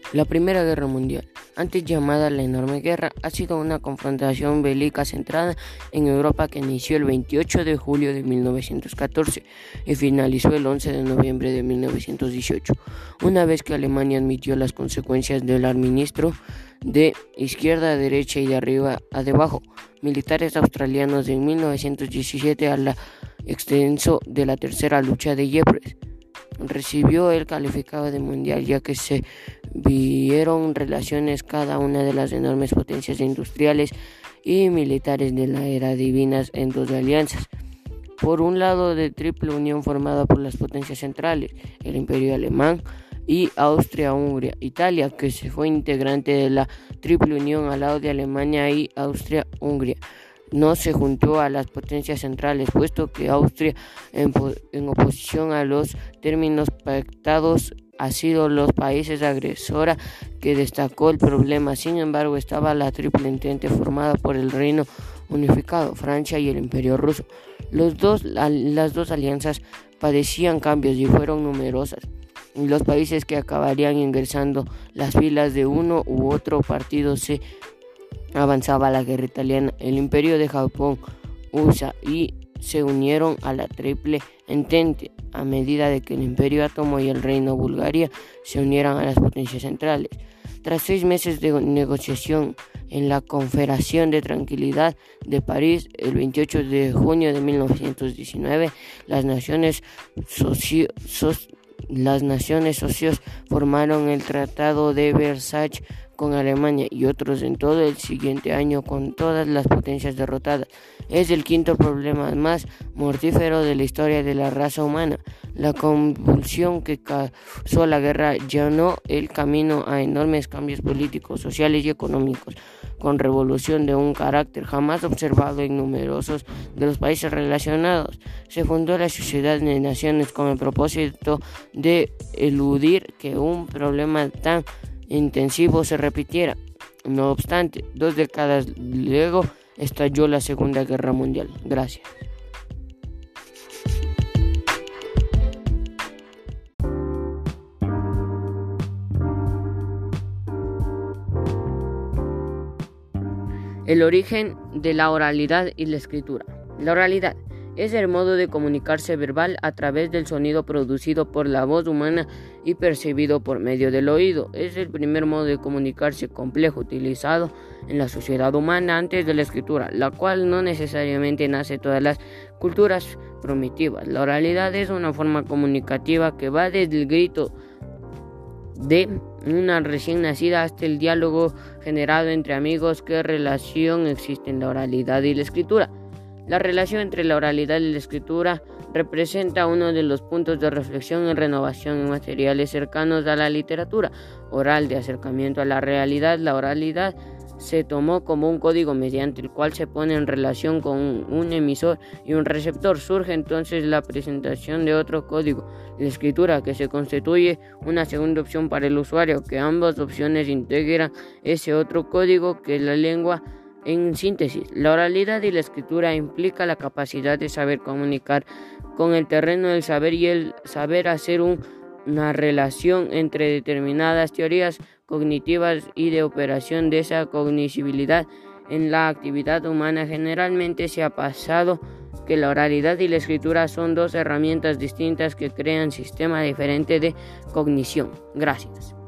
La Primera Guerra Mundial, antes llamada la Enorme Guerra, ha sido una confrontación bélica centrada en Europa que inició el 28 de julio de 1914 y finalizó el 11 de noviembre de 1918, una vez que Alemania admitió las consecuencias del administro de izquierda a derecha y de arriba a debajo militares australianos en 1917 al extenso de la Tercera Lucha de Ypres. Recibió el calificado de mundial ya que se vieron relaciones cada una de las enormes potencias industriales y militares de la era divinas en dos alianzas. Por un lado, de triple unión formada por las potencias centrales, el Imperio Alemán y Austria-Hungría. Italia, que se fue integrante de la triple unión al lado de Alemania y Austria-Hungría, no se juntó a las potencias centrales, puesto que Austria, en oposición a los términos pactados, ha sido los países agresora que destacó el problema. Sin embargo, estaba la triple entente formada por el Reino Unificado, Francia y el Imperio Ruso. Las dos alianzas padecían cambios y fueron numerosas. Los países que acabarían ingresando las filas de uno u otro partido se avanzaba la guerra italiana. El Imperio de Japón, USA y se unieron a la Triple Entente a medida de que el Imperio Otomano y el Reino Bulgaria se unieran a las potencias centrales. Tras 6 meses de negociación en la Confederación de Tranquilidad de París, el 28 de junio de 1919, las naciones socios formaron el Tratado de Versalles con Alemania y otros en todo el siguiente año con todas las potencias derrotadas. Es el quinto problema más mortífero de la historia de la raza humana. La convulsión que causó la guerra llanó el camino a enormes cambios políticos, sociales y económicos, con revolución de un carácter jamás observado en numerosos de los países relacionados. Se fundó la Sociedad de Naciones con el propósito de eludir que un problema tan intensivo se repitiera. No obstante, 2 décadas luego estalló la Segunda Guerra Mundial. Gracias. El origen de la oralidad y la escritura. La oralidad es el modo de comunicarse verbal a través del sonido producido por la voz humana y percibido por medio del oído. Es el primer modo de comunicarse complejo utilizado en la sociedad humana antes de la escritura, la cual no necesariamente nace en todas las culturas primitivas. La oralidad es una forma comunicativa que va desde el grito de una recién nacida hasta el diálogo generado entre amigos. ¿Qué relación existe en la oralidad y la escritura? La relación entre la oralidad y la escritura representa uno de los puntos de reflexión y renovación en materiales cercanos a la literatura oral de acercamiento a la realidad. La oralidad se tomó como un código mediante el cual se pone en relación con un emisor y un receptor. Surge entonces la presentación de otro código, la escritura, que se constituye una segunda opción para el usuario, que ambas opciones integran ese otro código que es la lengua. En síntesis, la oralidad y la escritura implica la capacidad de saber comunicar con el terreno del saber y el saber hacer una relación entre determinadas teorías cognitivas y de operación de esa cognoscibilidad en la actividad humana. Generalmente se ha pasado que la oralidad y la escritura son dos herramientas distintas que crean sistemas diferentes de cognición. Gracias.